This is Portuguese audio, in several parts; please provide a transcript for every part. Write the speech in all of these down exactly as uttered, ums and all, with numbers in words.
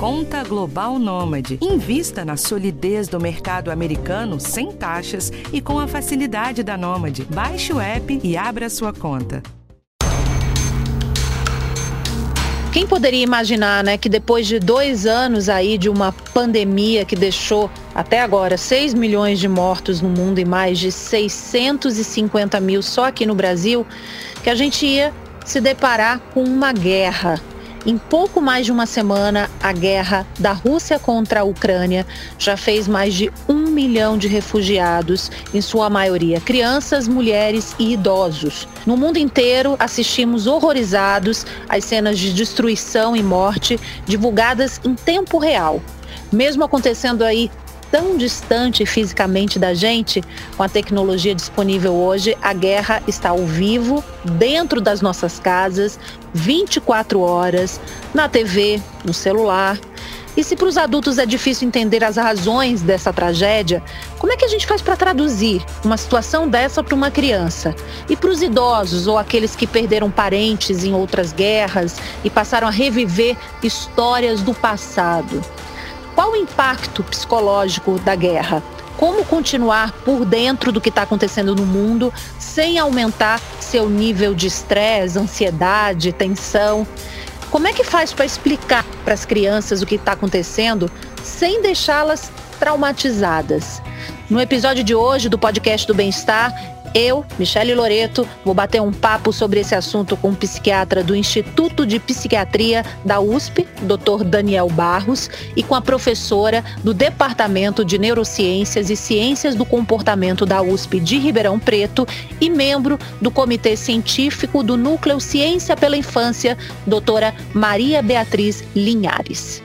Conta Global Nômade. Invista na solidez do mercado americano sem taxas e com a facilidade da Nômade. Baixe o app e abra sua conta. Quem poderia imaginar, né, que depois de dois anos aí de uma pandemia que deixou até agora seis milhões de mortos no mundo e mais de seiscentos e cinquenta mil só aqui no Brasil, que a gente ia se deparar com uma guerra. Em pouco mais de uma semana, a guerra da Rússia contra a Ucrânia já fez mais de um milhão de refugiados, em sua maioria crianças, mulheres e idosos. No mundo inteiro, assistimos horrorizados às cenas de destruição e morte divulgadas em tempo real. Mesmo acontecendo aí tão distante fisicamente da gente, com a tecnologia disponível hoje, a guerra está ao vivo, dentro das nossas casas, vinte e quatro horas, na T V, no celular. E se para os adultos é difícil entender as razões dessa tragédia, como é que a gente faz para traduzir uma situação dessa para uma criança? E para os idosos ou aqueles que perderam parentes em outras guerras e passaram a reviver histórias do passado? Qual o impacto psicológico da guerra? Como continuar por dentro do que está acontecendo no mundo sem aumentar seu nível de estresse, ansiedade, tensão? Como é que faz para explicar para as crianças o que está acontecendo sem deixá-las traumatizadas? No episódio de hoje do podcast do Bem-Estar, eu, Michele Loreto, vou bater um papo sobre esse assunto com o psiquiatra do Instituto de Psiquiatria da U S P, doutor Daniel Barros, e com a professora do Departamento de Neurociências e Ciências do Comportamento da U S P de Ribeirão Preto e membro do Comitê Científico do Núcleo Ciência pela Infância, doutora Maria Beatriz Linhares.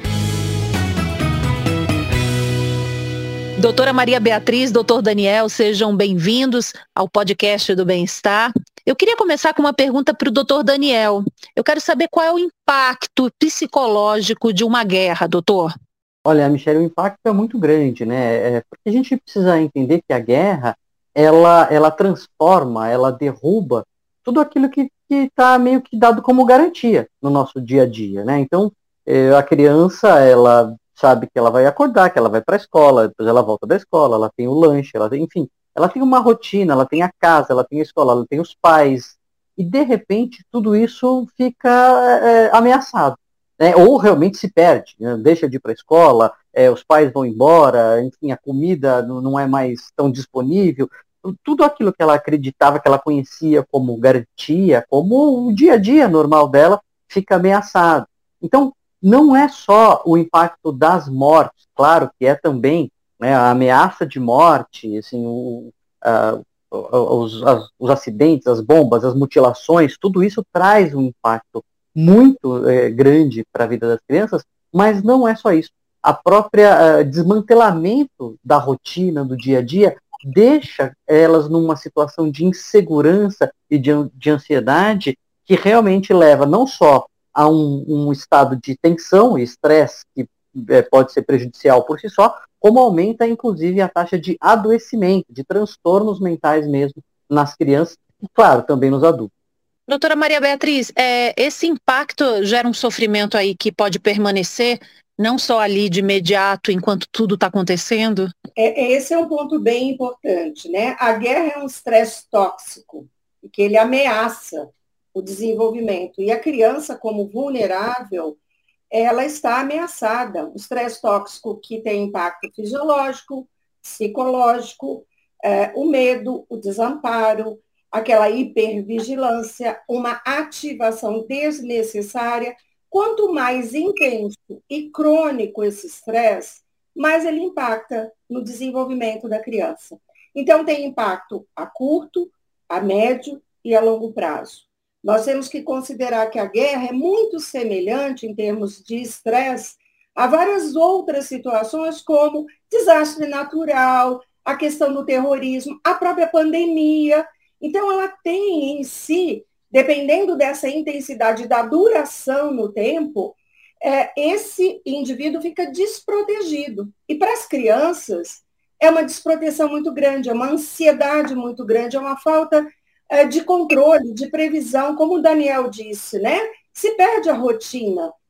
Doutora Maria Beatriz, doutor Daniel, sejam bem-vindos ao podcast do Bem-Estar. Eu queria começar com uma pergunta para o doutor Daniel. Eu quero saber qual é o impacto psicológico de uma guerra, doutor. Olha, Michele, o impacto é muito grande, né? É porque a gente precisa entender que a guerra, ela, ela transforma, ela derruba tudo aquilo que está meio que dado como garantia no nosso dia a dia, né? Então, eh, a criança, ela sabe que ela vai acordar, que ela vai para a escola, depois ela volta da escola, ela tem o lanche, ela tem, enfim, ela tem uma rotina, ela tem a casa, ela tem a escola, ela tem os pais, e de repente tudo isso fica é, ameaçado, né? Ou realmente se perde, né? Deixa de ir para a escola, é, os pais vão embora, enfim, a comida não, não é mais tão disponível, tudo aquilo que ela acreditava, que ela conhecia como garantia, como o dia a dia normal dela, fica ameaçado. Então, não é só o impacto das mortes, claro que é também, né, a ameaça de morte, assim, o, a, os, as, os acidentes, as bombas, as mutilações, tudo isso traz um impacto muito é, grande para a vida das crianças, mas não é só isso. A própria uh, desmantelamento da rotina, do dia a dia, deixa elas numa situação de insegurança e de, de ansiedade que realmente leva não só a um, um estado de tensão e estresse que é, pode ser prejudicial por si só, como aumenta, inclusive, a taxa de adoecimento, de transtornos mentais mesmo nas crianças e, claro, também nos adultos. Doutora Maria Beatriz, é, esse impacto gera um sofrimento aí que pode permanecer, não só ali de imediato, enquanto tudo está acontecendo? É, esse é um ponto bem importante, né? A guerra é um estresse tóxico, que ele ameaça o desenvolvimento. E a criança, como vulnerável, ela está ameaçada. O estresse tóxico que tem impacto fisiológico, psicológico, é, o medo, o desamparo, aquela hipervigilância, uma ativação desnecessária. Quanto mais intenso e crônico esse estresse, mais ele impacta no desenvolvimento da criança. Então, tem impacto a curto, a médio e a longo prazo. Nós temos que considerar que a guerra é muito semelhante, em termos de estresse, a várias outras situações, como desastre natural, a questão do terrorismo, a própria pandemia. Então, ela tem em si, dependendo dessa intensidade da duração no tempo, é, esse indivíduo fica desprotegido. E para as crianças, é uma desproteção muito grande, é uma ansiedade muito grande, é uma falta de controle, de previsão, como o Daniel disse, né? Se perde a rotina.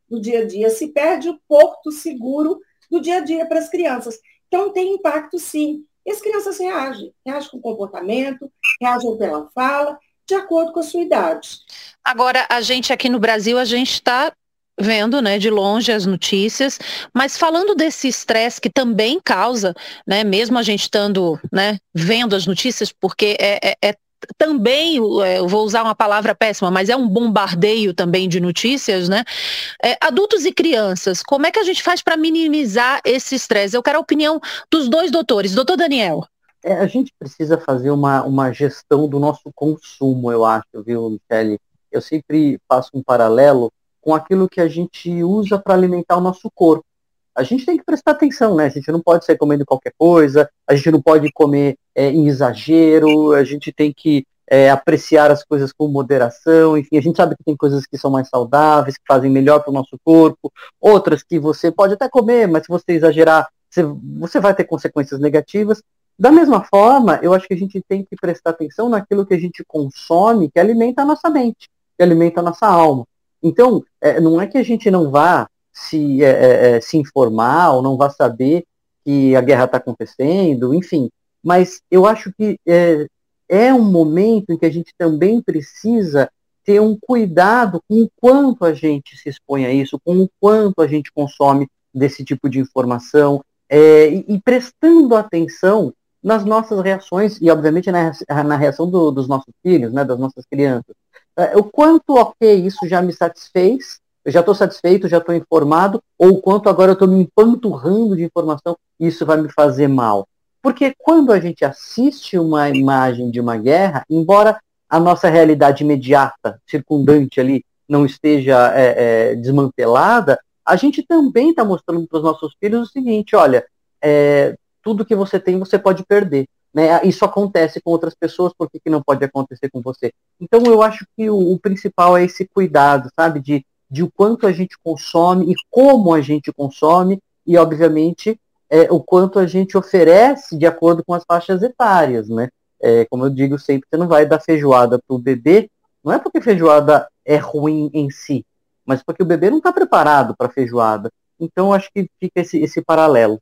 do dia a dia, se perde o porto seguro do dia a dia para as crianças. Então, tem impacto, sim. E as crianças reagem, reagem com comportamento, reagem pela fala, de acordo com a sua idade. Agora, a gente aqui no Brasil, a gente está vendo, né, de longe as notícias, mas falando desse estresse que também causa, né, mesmo a gente estando, né, vendo as notícias, porque é, é, é também, eu vou usar uma palavra péssima, mas é um bombardeio também de notícias, né? É, adultos e crianças, como é que a gente faz para minimizar esse estresse? Eu quero a opinião dos dois doutores. Doutor Daniel. É, a gente precisa fazer uma, uma gestão do nosso consumo, eu acho, viu, Michele? Eu sempre faço um paralelo com aquilo que a gente usa para alimentar o nosso corpo. A gente tem que prestar atenção, né? A gente não pode sair comendo qualquer coisa, a gente não pode comer é, em exagero, a gente tem que é, apreciar as coisas com moderação, enfim, a gente sabe que tem coisas que são mais saudáveis, que fazem melhor para o nosso corpo, outras que você pode até comer, mas se você exagerar, você, você vai ter consequências negativas. Da mesma forma, eu acho que a gente tem que prestar atenção naquilo que a gente consome, que alimenta a nossa mente, que alimenta a nossa alma. Então, é, não é que a gente não vá se, é, é, se informar ou não vá saber que a guerra está acontecendo, enfim. Mas eu acho que é, é um momento em que a gente também precisa ter um cuidado com o quanto a gente se expõe a isso, com o quanto a gente consome desse tipo de informação, é, e, e prestando atenção nas nossas reações e, obviamente, na, na reação do, dos nossos filhos, né, das nossas crianças. É, o quanto, ok, isso já me satisfez, eu já estou satisfeito, já estou informado, ou o quanto agora eu estou me empanturrando de informação e isso vai me fazer mal. Porque quando a gente assiste uma imagem de uma guerra, embora a nossa realidade imediata, circundante ali, não esteja é, é, desmantelada, a gente também está mostrando para os nossos filhos o seguinte, olha, é, tudo que você tem você pode perder. Né? Isso acontece com outras pessoas, por que, que não pode acontecer com você? Então eu acho que o, o principal é esse cuidado, sabe, de, de o quanto a gente consome e como a gente consome e, obviamente, é, o quanto a gente oferece de acordo com as faixas etárias, né? É, como eu digo sempre, você não vai dar feijoada para o bebê, não é porque feijoada é ruim em si, mas porque o bebê não está preparado para feijoada. Então, acho que fica esse, esse paralelo.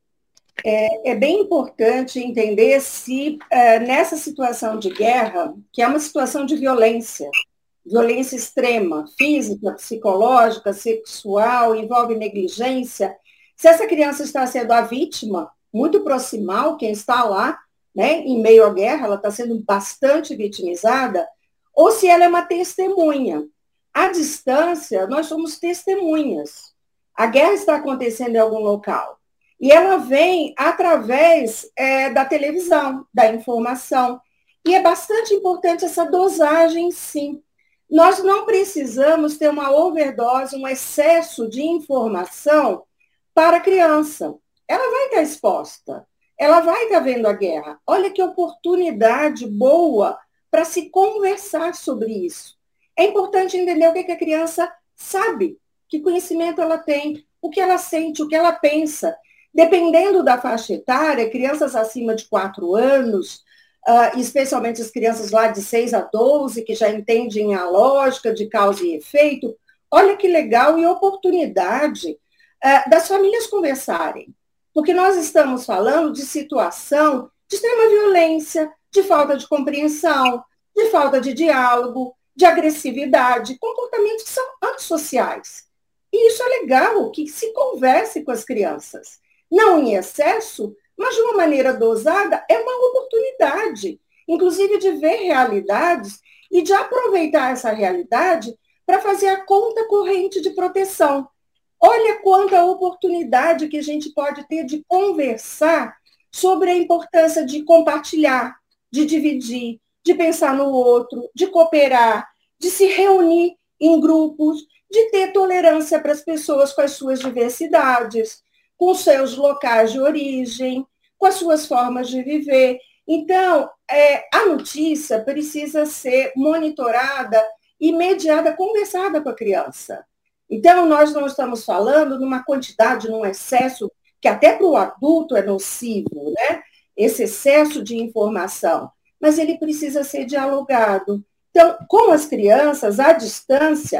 É, é bem importante entender se é, nessa situação de guerra, que é uma situação de violência, violência extrema, física, psicológica, sexual, envolve negligência, se essa criança está sendo a vítima, muito proximal, quem está lá, né, em meio à guerra, ela está sendo bastante vitimizada, ou se ela é uma testemunha. À distância, nós somos testemunhas. A guerra está acontecendo em algum local. E ela vem através é, da televisão, da informação. E é bastante importante essa dosagem, sim. Nós não precisamos ter uma overdose, um excesso de informação para a criança. Ela vai estar exposta, ela vai estar vendo a guerra. Olha que oportunidade boa para se conversar sobre isso. É importante entender o que a criança sabe, que conhecimento ela tem, o que ela sente, o que ela pensa. Dependendo da faixa etária, crianças acima de quatro anos, uh, especialmente as crianças lá de seis a doze, que já entendem a lógica de causa e efeito, olha que legal e oportunidade uh, das famílias conversarem. Porque nós estamos falando de situação de extrema violência, de falta de compreensão, de falta de diálogo, de agressividade, comportamentos que são antissociais. E isso é legal, que se converse com as crianças. Não em excesso, mas de uma maneira dosada, é uma oportunidade, inclusive de ver realidades e de aproveitar essa realidade para fazer a conta corrente de proteção. Olha quanta oportunidade que a gente pode ter de conversar sobre a importância de compartilhar, de dividir, de pensar no outro, de cooperar, de se reunir em grupos, de ter tolerância para as pessoas com as suas diversidades, com seus locais de origem, com as suas formas de viver. Então, é, a notícia precisa ser monitorada e mediada, conversada com a criança. Então, nós não estamos falando numa quantidade, num excesso, que até para o adulto é nocivo, né? Esse excesso de informação. Mas ele precisa ser dialogado. Então, com as crianças, à distância,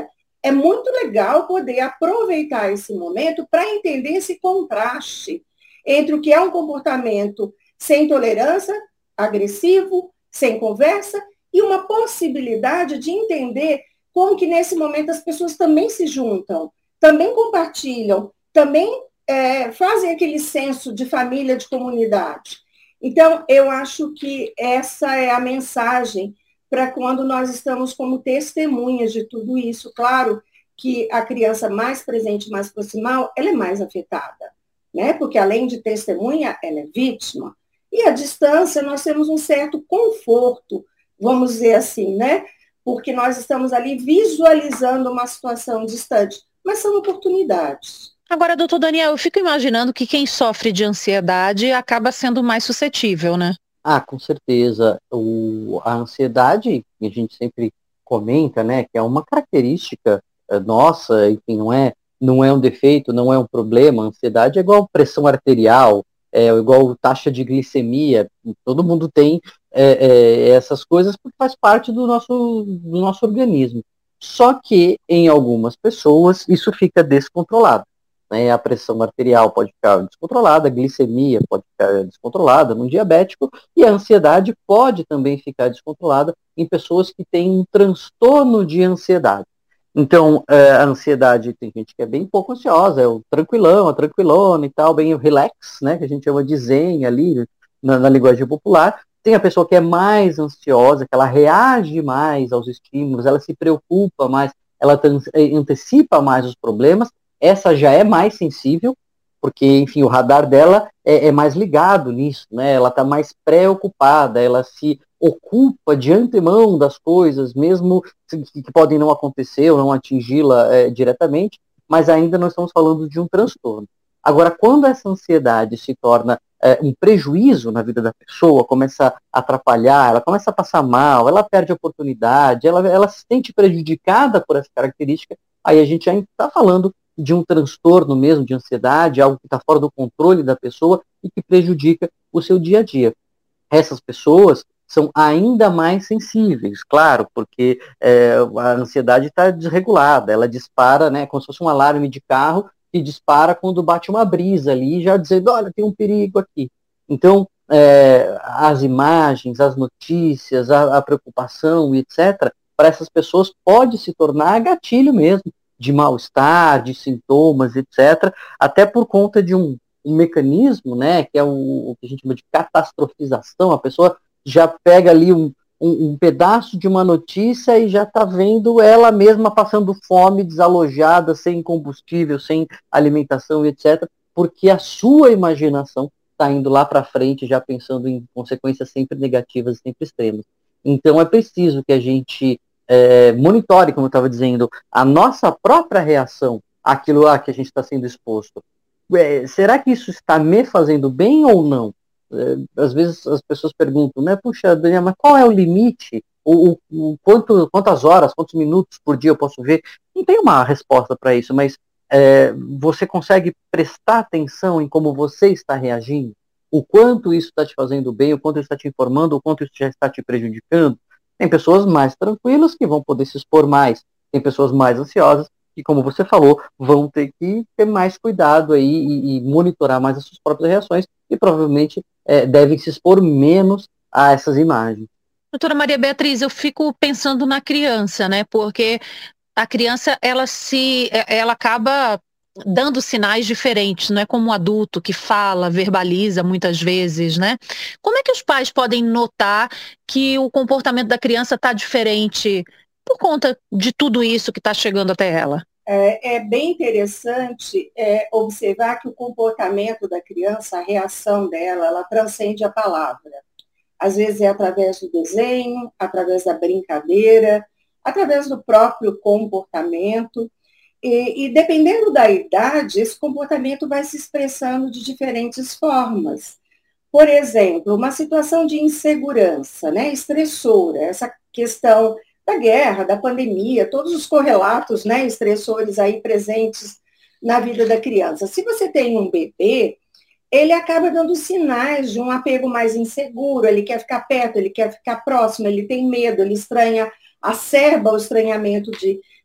é muito legal poder aproveitar esse momento para entender esse contraste entre o que é um comportamento sem tolerância, agressivo, sem conversa, e uma possibilidade de entender como que nesse momento as pessoas também se juntam, também compartilham, também é, fazem aquele senso de família, de comunidade. Então, eu acho que essa é a mensagem para quando nós estamos como testemunhas de tudo isso. Claro que a criança mais presente, mais proximal, ela é mais afetada, né? Porque além de testemunha, ela é vítima. E à distância nós temos um certo conforto, vamos dizer assim, né? Porque nós estamos ali visualizando uma situação distante, mas são oportunidades. Agora, doutor Daniel, eu fico imaginando que quem sofre de ansiedade acaba sendo mais suscetível, né? Ah, com certeza. O, a ansiedade, que a gente sempre comenta, né, que é uma característica é, nossa, enfim, não é, não é um defeito, não é um problema. A ansiedade é igual pressão arterial, é igual taxa de glicemia. Todo mundo tem é, é, essas coisas porque faz parte do nosso, do nosso organismo. Só que, em algumas pessoas, isso fica descontrolado. Né, a pressão arterial pode ficar descontrolada, a glicemia pode ficar descontrolada no diabético, e a ansiedade pode também ficar descontrolada em pessoas que têm um transtorno de ansiedade. Então, a ansiedade, tem gente que é bem pouco ansiosa, é o tranquilão, a tranquilona e tal, bem o relax, né, que a gente chama de zen ali, na, na linguagem popular. Tem a pessoa que é mais ansiosa, que ela reage mais aos estímulos, ela se preocupa mais, ela antecipa mais os problemas. Essa já é mais sensível, porque, enfim, o radar dela é, é mais ligado nisso, né? Ela está mais preocupada, ela se ocupa de antemão das coisas, mesmo que, que podem não acontecer ou não atingi-la é, diretamente, mas ainda nós estamos falando de um transtorno. Agora, quando essa ansiedade se torna é, um prejuízo na vida da pessoa, começa a atrapalhar, ela começa a passar mal, ela perde a oportunidade, ela, ela se sente prejudicada por essa característica, aí a gente ainda está falando de um transtorno mesmo, de ansiedade, algo que está fora do controle da pessoa e que prejudica o seu dia a dia. Essas pessoas são ainda mais sensíveis, claro, porque é, a ansiedade está desregulada, ela dispara, né, como se fosse um alarme de carro que dispara quando bate uma brisa ali, já dizendo, olha, tem um perigo aqui. Então, é, as imagens, as notícias, a, a preocupação, etcétera, para essas pessoas pode se tornar gatilho mesmo, de mal-estar, de sintomas, etcétera, até por conta de um, um mecanismo, né, que é o, o que a gente chama de catastrofização. A pessoa já pega ali um, um, um pedaço de uma notícia e já está vendo ela mesma passando fome, desalojada, sem combustível, sem alimentação, etcétera, porque a sua imaginação está indo lá para frente, já pensando em consequências sempre negativas, sempre extremas. Então é preciso que a gente É, monitore, como eu estava dizendo, a nossa própria reação àquilo lá que a gente está sendo exposto. É, será que isso está me fazendo bem ou não? É, às vezes as pessoas perguntam, né? Puxa, Daniel, mas qual é o limite? O, o, o quanto, quantas horas, quantos minutos por dia eu posso ver? Não tem uma resposta para isso, mas é, você consegue prestar atenção em como você está reagindo? O quanto isso está te fazendo bem, o quanto isso está te informando, o quanto isso já está te prejudicando? Tem pessoas mais tranquilas que vão poder se expor mais. Tem pessoas mais ansiosas que, como você falou, vão ter que ter mais cuidado aí e, e monitorar mais as suas próprias reações e provavelmente é, devem se expor menos a essas imagens. Doutora Maria Beatriz, eu fico pensando na criança, né? Porque a criança, ela se, ela acaba dando sinais diferentes, não é como um adulto que fala, verbaliza muitas vezes, né? Como é que os pais podem notar que o comportamento da criança está diferente por conta de tudo isso que está chegando até ela? É, é bem interessante é, observar que o comportamento da criança, a reação dela, ela transcende a palavra. Às vezes é através do desenho, através da brincadeira, através do próprio comportamento. E, e dependendo da idade, esse comportamento vai se expressando de diferentes formas. Por exemplo, uma situação de insegurança, né, estressora, essa questão da guerra, da pandemia, todos os correlatos, né, estressores aí presentes na vida da criança. Se você tem um bebê, ele acaba dando sinais de um apego mais inseguro, ele quer ficar perto, ele quer ficar próximo, ele tem medo, ele estranha, acerba o estranhamento de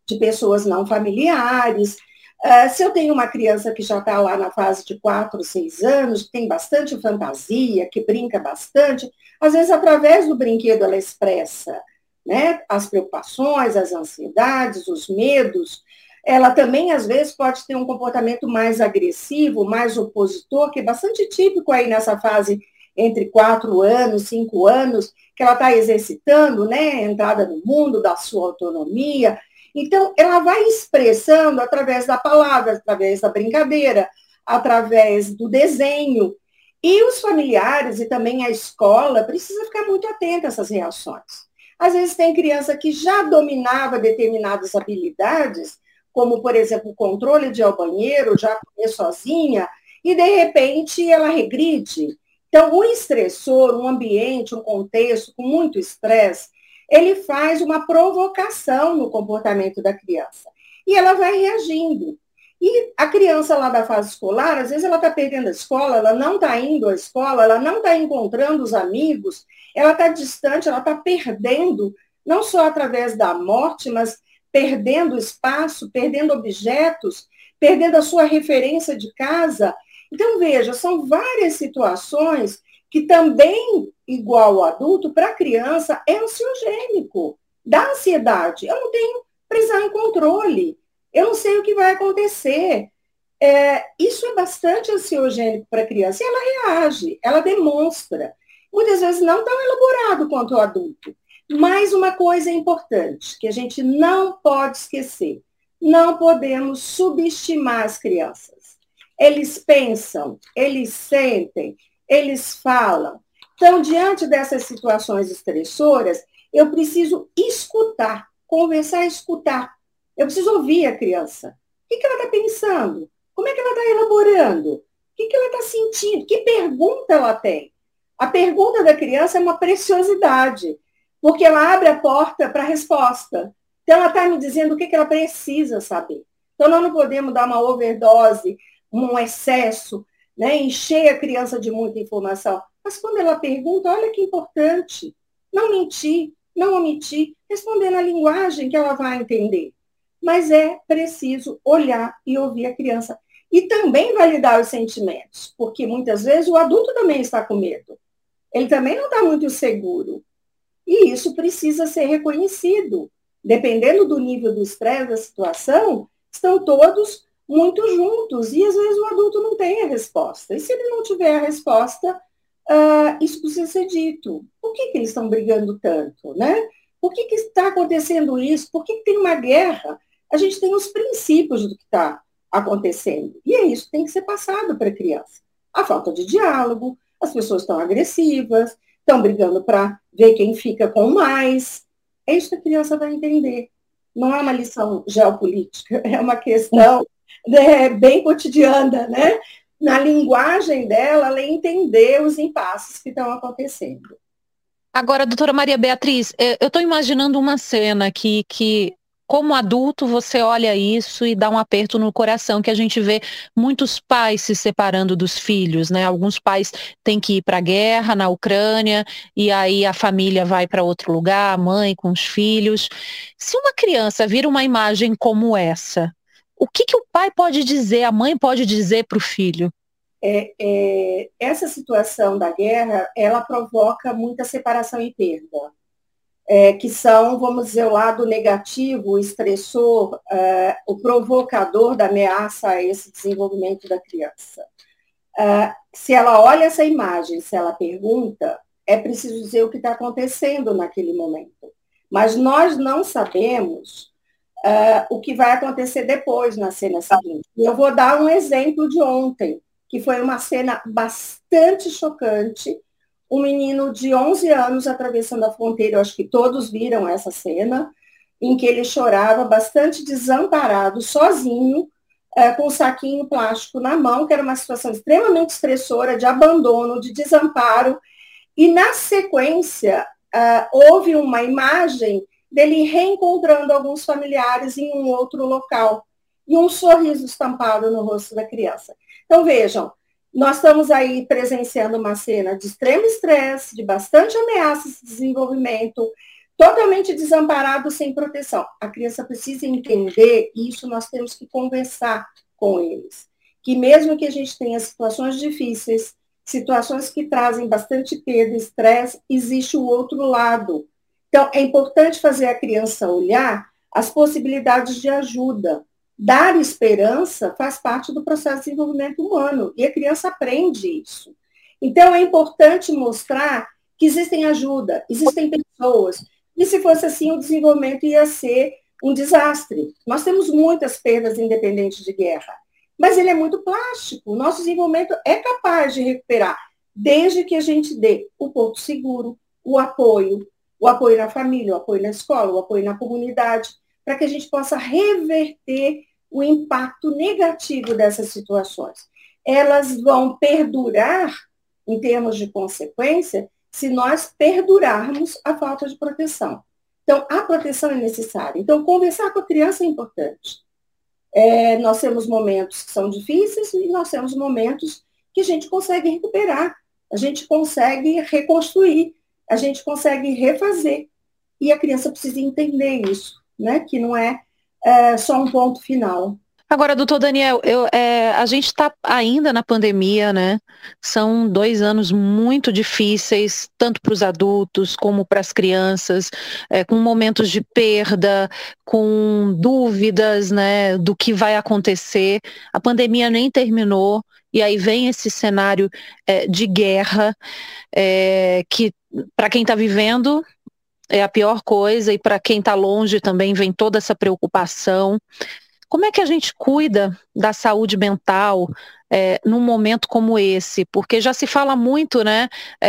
de pessoas não familiares. Uh, se eu tenho uma criança que já está lá na fase de quatro, seis anos, que tem bastante fantasia, que brinca bastante, às vezes, através do brinquedo, ela expressa, né, as preocupações, as ansiedades, os medos. Ela também, às vezes, pode ter um comportamento mais agressivo, mais opositor, que é bastante típico aí nessa fase entre quatro anos, cinco anos, que ela está exercitando, né, a entrada no mundo, da sua autonomia. Então, ela vai expressando através da palavra, através da brincadeira, através do desenho. E os familiares e também a escola precisa ficar muito atenta a essas reações. Às vezes tem criança que já dominava determinadas habilidades, como, por exemplo, o controle de ir ao banheiro, já comer sozinha, e, de repente, ela regride. Então, o estressor, um ambiente, um contexto com muito estresse, ele faz uma provocação no comportamento da criança. E ela vai reagindo. E a criança lá da fase escolar, às vezes ela está perdendo a escola, ela não está indo à escola, ela não está encontrando os amigos, ela está distante, ela está perdendo, não só através da morte, mas perdendo espaço, perdendo objetos, perdendo a sua referência de casa. Então, veja, são várias situações que também, igual ao adulto, para a criança é ansiogênico, dá ansiedade. Eu não tenho prisão em controle, eu não sei o que vai acontecer. É, isso é bastante ansiogênico para a criança e ela reage, ela demonstra. Muitas vezes não tão elaborado quanto o adulto. Mas uma coisa importante, que a gente não pode esquecer, não podemos subestimar as crianças. Eles pensam, eles sentem, eles falam. Então, diante dessas situações estressoras, eu preciso escutar, conversar e escutar. Eu preciso ouvir a criança. O que, que ela está pensando? Como é que ela está elaborando? O que, que ela está sentindo? Que pergunta ela tem? A pergunta da criança é uma preciosidade, porque ela abre a porta para a resposta. Então, ela está me dizendo o que, que ela precisa saber. Então, nós não podemos dar uma overdose, um excesso, né, encher a criança de muita informação. Mas quando ela pergunta, olha que importante, não mentir, não omitir, responder na linguagem que ela vai entender. Mas é preciso olhar e ouvir a criança. E também validar os sentimentos, porque muitas vezes o adulto também está com medo. Ele também não está muito seguro. E isso precisa ser reconhecido. Dependendo do nível do estresse, da situação, estão todos muito juntos, e às vezes o adulto não tem a resposta. E se ele não tiver a resposta, uh, isso precisa ser dito. Por que, que eles estão brigando tanto, né? Por que, que está acontecendo isso? Por que, que tem uma guerra? A gente tem os princípios do que está acontecendo. E é isso que tem que ser passado para a criança. A falta de diálogo, as pessoas estão agressivas, estão brigando para ver quem fica com mais. É isso que a criança vai entender. Não é uma lição geopolítica, é uma questão né, bem cotidiana, né? Na linguagem dela, ela entender os impasses que estão acontecendo. Agora, doutora Maria Beatriz, eu estou imaginando uma cena aqui que, como adulto, você olha isso e dá um aperto no coração, que a gente vê muitos pais se separando dos filhos, né? Alguns pais têm que ir para a guerra na Ucrânia, e aí a família vai para outro lugar, a mãe com os filhos. Se uma criança vira uma imagem como essa, o que, que o pai pode dizer, a mãe pode dizer para o filho? É, é, essa situação da guerra, ela provoca muita separação e perda, é, que são, vamos dizer, o lado negativo, o estressor, é, o provocador da ameaça a esse desenvolvimento da criança. É, se ela olha essa imagem, se ela pergunta, é preciso dizer o que está acontecendo naquele momento. Mas nós não sabemos é, o que vai acontecer depois na cena seguinte. Eu vou dar um exemplo de ontem, que foi uma cena bastante chocante. Um menino de onze anos atravessando a fronteira, eu acho que todos viram essa cena, em que ele chorava bastante desamparado, sozinho, é, com um saquinho plástico na mão, que era uma situação extremamente estressora, de abandono, de desamparo. E, na sequência, é, houve uma imagem dele reencontrando alguns familiares em um outro local, e um sorriso estampado no rosto da criança. Então, vejam, nós estamos aí presenciando uma cena de extremo estresse, de bastante ameaça de desenvolvimento, totalmente desamparado, sem proteção. A criança precisa entender, e isso nós temos que conversar com eles, que mesmo que a gente tenha situações difíceis, situações que trazem bastante perda, estresse, existe o outro lado. Então, é importante fazer a criança olhar as possibilidades de ajuda. Dar esperança faz parte do processo de desenvolvimento humano, e a criança aprende isso. Então, é importante mostrar que existem ajuda, existem pessoas, e se fosse assim, o desenvolvimento ia ser um desastre. Nós temos muitas perdas independentes de guerra, mas ele é muito plástico. O nosso desenvolvimento é capaz de recuperar, desde que a gente dê o porto seguro, o apoio, o apoio na família, o apoio na escola, o apoio na comunidade, para que a gente possa reverter o impacto negativo dessas situações. Elas vão perdurar, em termos de consequência, se nós perdurarmos a falta de proteção. Então, a proteção é necessária. Então, conversar com a criança é importante. É, nós temos momentos que são difíceis e nós temos momentos que a gente consegue recuperar, a gente consegue reconstruir, a gente consegue refazer. E a criança precisa entender isso, né? Que não é, é só um ponto final. Agora, doutor Daniel, eu, é, a gente está ainda na pandemia, né? São dois anos muito difíceis, tanto para os adultos como para as crianças, é, com momentos de perda, com dúvidas, né, do que vai acontecer. A pandemia nem terminou, e aí vem esse cenário é, de guerra, é, que para quem está vivendo é a pior coisa, e para quem está longe também vem toda essa preocupação. Como é que a gente cuida da saúde mental é, num momento como esse? Porque já se fala muito, né,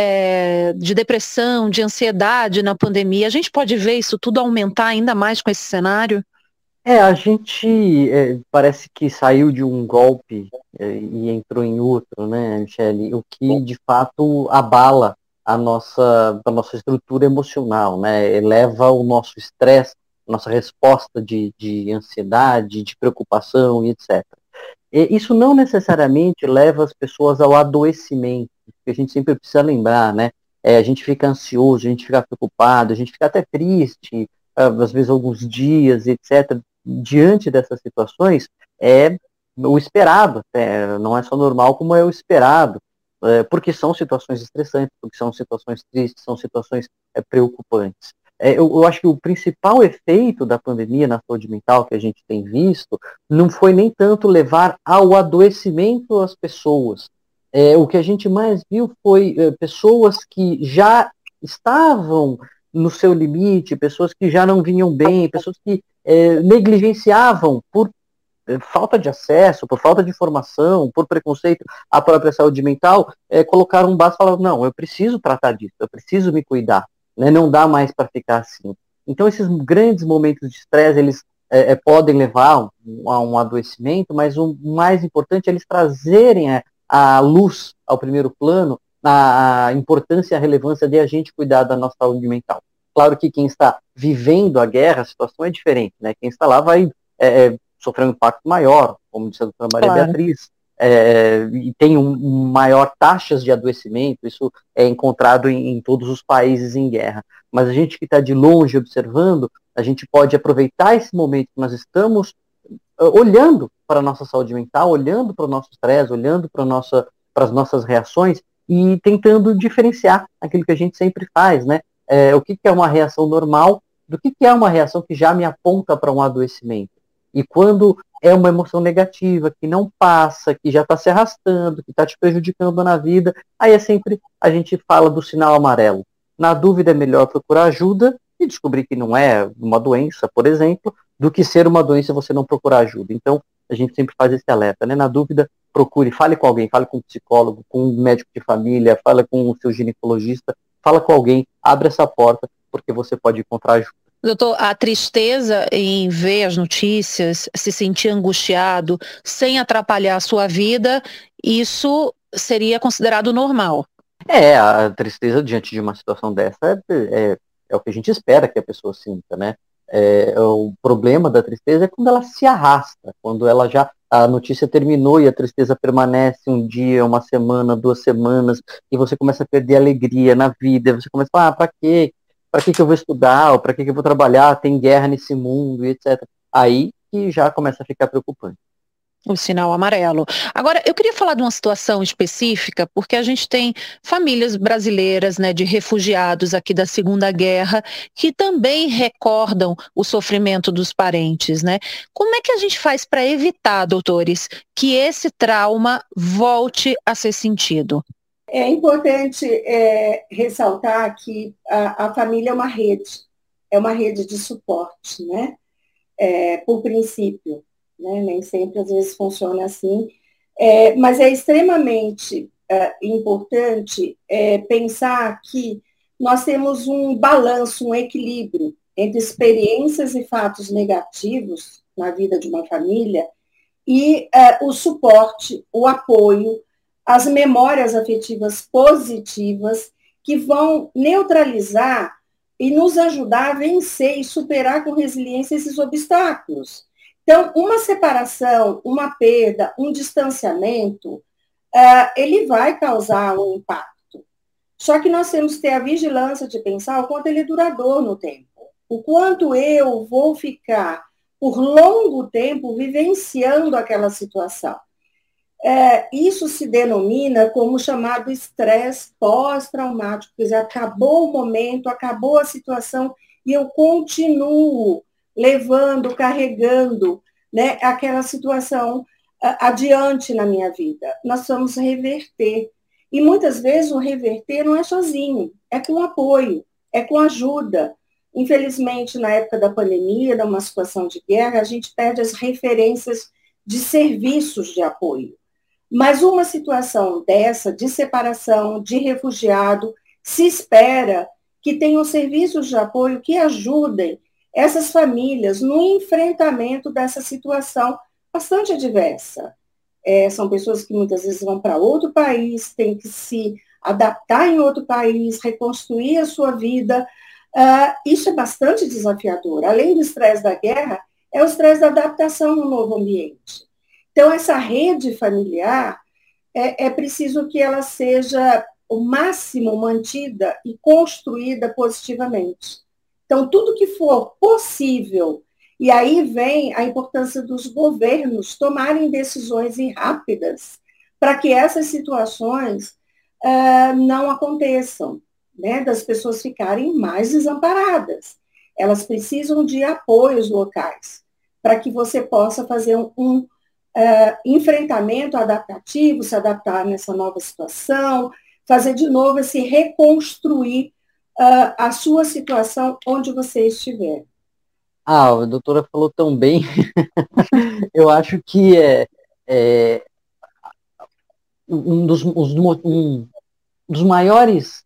é, de depressão, de ansiedade na pandemia. A gente pode ver isso tudo aumentar ainda mais com esse cenário? É, a gente é, parece que saiu de um golpe é, e entrou em outro, né, Michele? O que de fato abala a nossa, a nossa estrutura emocional, né? Eleva o nosso estresse, nossa resposta de, de ansiedade, de preocupação e etcétera. E isso não necessariamente leva as pessoas ao adoecimento, que a gente sempre precisa lembrar, né? É, a gente fica ansioso, a gente fica preocupado, a gente fica até triste, às vezes alguns dias, etcétera. Diante dessas situações, é o esperado, é, não é só normal, como é o esperado, é, porque são situações estressantes, porque são situações tristes, são situações é, preocupantes. É, eu, eu acho que o principal efeito da pandemia na saúde mental que a gente tem visto não foi nem tanto levar ao adoecimento as pessoas. É, o que a gente mais viu foi é, pessoas que já estavam no seu limite, pessoas que já não vinham bem, pessoas que é, negligenciavam por é, falta de acesso, por falta de informação, por preconceito à própria saúde mental, é, colocaram um basta e falaram, não, eu preciso tratar disso, eu preciso me cuidar. Né, não dá mais para ficar assim. Então, esses grandes momentos de estresse, eles é, é, podem levar a um, a um adoecimento, mas o mais importante é eles trazerem a, a luz ao primeiro plano, a, a importância e a relevância de a gente cuidar da nossa saúde mental. Claro que quem está vivendo a guerra, a situação é diferente, né? Quem está lá vai é, sofrer um impacto maior, como disse a doutora Maria claro. Beatriz, É, e tem um, um maior taxas de adoecimento, isso é encontrado em, em todos os países em guerra. Mas a gente que está de longe observando, a gente pode aproveitar esse momento que nós estamos uh, olhando para a nossa saúde mental, olhando para o nosso estresse, olhando para nossa, as nossas reações e tentando diferenciar aquilo que a gente sempre faz, né? É, o que, que é uma reação normal do que, que é uma reação que já me aponta para um adoecimento. E quando é uma emoção negativa, que não passa, que já está se arrastando, que está te prejudicando na vida, aí é sempre, a gente fala do sinal amarelo. Na dúvida é melhor procurar ajuda e descobrir que não é uma doença, por exemplo, do que ser uma doença e você não procurar ajuda. Então, a gente sempre faz esse alerta, né? Na dúvida, procure, fale com alguém, fale com um psicólogo, com um médico de família, fale com o seu ginecologista, fala com alguém, abre essa porta, porque você pode encontrar ajuda. Doutor, a tristeza em ver as notícias, se sentir angustiado, sem atrapalhar a sua vida, isso seria considerado normal? É, a tristeza diante de uma situação dessa é, é, é o que a gente espera que a pessoa sinta, né? É, o problema da tristeza é quando ela se arrasta, quando ela já, a notícia terminou e a tristeza permanece um dia, uma semana, duas semanas, e você começa a perder a alegria na vida, você começa a falar, ah, pra quê? para que, que eu vou estudar, ou para que, que eu vou trabalhar, tem guerra nesse mundo, e etcétera. Aí que já começa a ficar preocupante. O sinal amarelo. Agora, eu queria falar de uma situação específica, porque a gente tem famílias brasileiras, né, de refugiados aqui da Segunda Guerra, que também recordam o sofrimento dos parentes, né? Como é que a gente faz para evitar, doutores, que esse trauma volte a ser sentido? É importante é, ressaltar que a, a família é uma rede, é uma rede de suporte, né? É, por princípio. Né? Nem sempre, às vezes, funciona assim. É, mas é extremamente é, importante é, pensar que nós temos um balanço, um equilíbrio entre experiências e fatos negativos na vida de uma família e é, o suporte, o apoio, as memórias afetivas positivas que vão neutralizar e nos ajudar a vencer e superar com resiliência esses obstáculos. Então, uma separação, uma perda, um distanciamento, uh, ele vai causar um impacto. Só que nós temos que ter a vigilância de pensar o quanto ele é duradouro no tempo. O quanto eu vou ficar por longo tempo vivenciando aquela situação. É, isso se denomina como chamado estresse pós-traumático. Quer dizer, acabou o momento, acabou a situação e eu continuo levando, carregando, né, aquela situação uh, adiante na minha vida. Nós vamos reverter. E muitas vezes o reverter não é sozinho, é com apoio, é com ajuda. Infelizmente, na época da pandemia, numa situação de guerra, a gente perde as referências de serviços de apoio. Mas uma situação dessa, de separação, de refugiado, se espera que tenham serviços de apoio que ajudem essas famílias no enfrentamento dessa situação bastante adversa. É, são pessoas que muitas vezes vão para outro país, têm que se adaptar em outro país, reconstruir a sua vida. Uh, isso é bastante desafiador. Além do estresse da guerra, é o estresse da adaptação no novo ambiente. Então, essa rede familiar, é, é preciso que ela seja o máximo mantida e construída positivamente. Então, tudo que for possível, e aí vem a importância dos governos tomarem decisões rápidas para que essas situações uh, não aconteçam, né, das pessoas ficarem mais desamparadas. Elas precisam de apoios locais para que você possa fazer um, um uh, enfrentamento adaptativo, se adaptar nessa nova situação, fazer de novo esse reconstruir Uh, a sua situação onde você estiver. Ah, a doutora falou tão bem. Eu acho que é, é um, dos, um dos maiores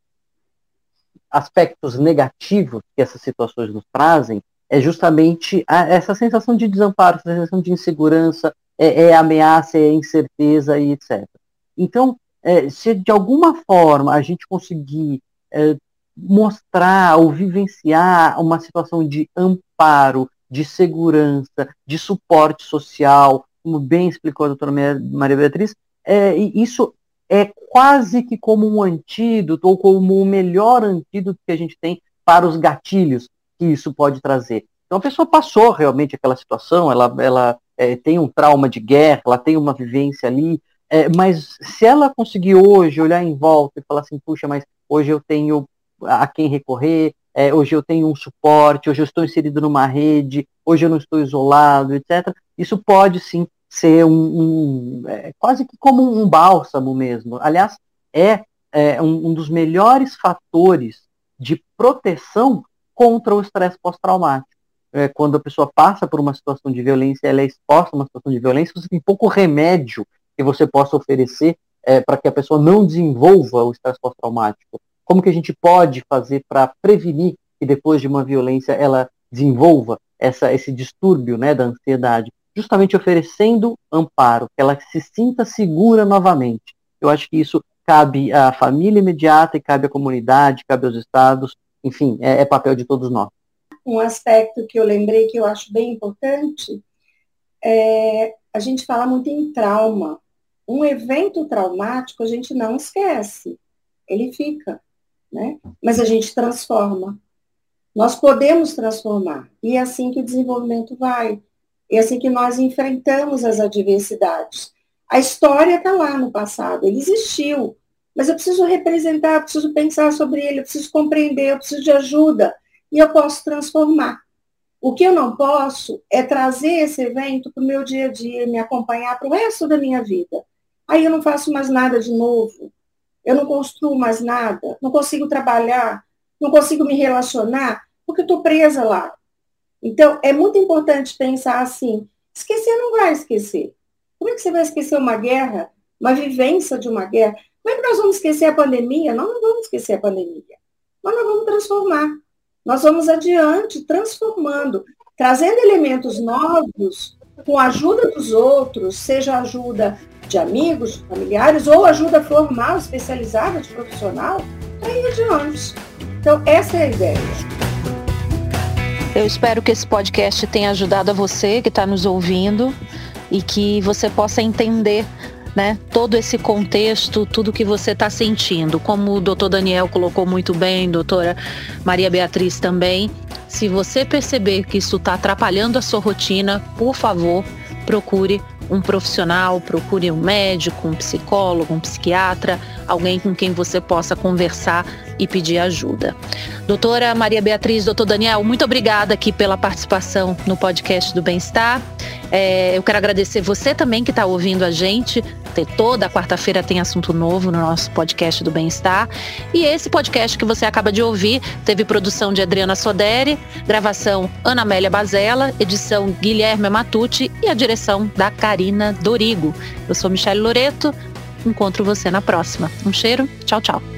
aspectos negativos que essas situações nos trazem é justamente a, essa sensação de desamparo, essa sensação de insegurança, é, é ameaça, é incerteza e etcétera. Então, é, se de alguma forma a gente conseguir é, mostrar ou vivenciar uma situação de amparo, de segurança, de suporte social, como bem explicou a doutora Maria Beatriz, é, isso é quase que como um antídoto, ou como o melhor antídoto que a gente tem para os gatilhos que isso pode trazer. Então a pessoa passou realmente aquela situação, ela, ela é, tem um trauma de guerra, ela tem uma vivência ali, é, mas se ela conseguir hoje olhar em volta e falar assim, puxa, mas hoje eu tenho a quem recorrer, é, hoje eu tenho um suporte, hoje eu estou inserido numa rede, hoje eu não estou isolado, etcétera. Isso pode sim ser um, um é, quase que como um bálsamo mesmo. Aliás, é, é um, um dos melhores fatores de proteção contra o estresse pós-traumático. É, quando a pessoa passa por uma situação de violência, ela é exposta a uma situação de violência, você tem pouco remédio que você possa oferecer é, para que a pessoa não desenvolva o estresse pós-traumático. Como que a gente pode fazer para prevenir que depois de uma violência ela desenvolva essa, esse distúrbio, né, da ansiedade? Justamente oferecendo amparo, que ela se sinta segura novamente. Eu acho que isso cabe à família imediata e cabe à comunidade, cabe aos estados, enfim, é, é papel de todos nós. Um aspecto que eu lembrei que eu acho bem importante é a gente fala muito em trauma. Um evento traumático a gente não esquece, ele fica. Né? Mas a gente transforma. Nós podemos transformar. E é assim que o desenvolvimento vai. É assim que nós enfrentamos as adversidades. A história está lá no passado, ele existiu. Mas eu preciso representar, eu preciso pensar sobre ele, eu preciso compreender, eu preciso de ajuda. E eu posso transformar. O que eu não posso é trazer esse evento para o meu dia a dia, me acompanhar para o resto da minha vida. Aí eu não faço mais nada de novo. Eu não construo mais nada, não consigo trabalhar, não consigo me relacionar, porque eu estou presa lá. Então, é muito importante pensar assim, esquecer não vai esquecer. Como é que você vai esquecer uma guerra, uma vivência de uma guerra? Como é que nós vamos esquecer a pandemia? Nós não vamos esquecer a pandemia. Nós não vamos transformar. Nós vamos adiante, transformando, trazendo elementos novos, com a ajuda dos outros, seja ajuda de amigos, de familiares, ou ajuda formal, especializada, de profissional, para ir adiante. Então, essa é a ideia. Eu espero que esse podcast tenha ajudado a você que está nos ouvindo e que você possa entender, né, todo esse contexto, tudo que você está sentindo. Como o doutor Daniel colocou muito bem, doutora Maria Beatriz também, se você perceber que isso está atrapalhando a sua rotina, por favor, procure um profissional, procure um médico, um psicólogo, um psiquiatra, alguém com quem você possa conversar e pedir ajuda. Doutora Maria Beatriz, doutor Daniel, muito obrigada aqui pela participação no podcast do Bem-Estar. É, eu quero agradecer você também que está ouvindo a gente. Toda quarta-feira tem assunto novo no nosso podcast do Bem-Estar. E esse podcast que você acaba de ouvir teve produção de Adriana Soderi, gravação Ana Amélia Bazella, edição Guilherme Matucci e a direção da Karina Dorigo. Eu sou Michele Loreto, encontro você na próxima. Um cheiro, tchau, tchau.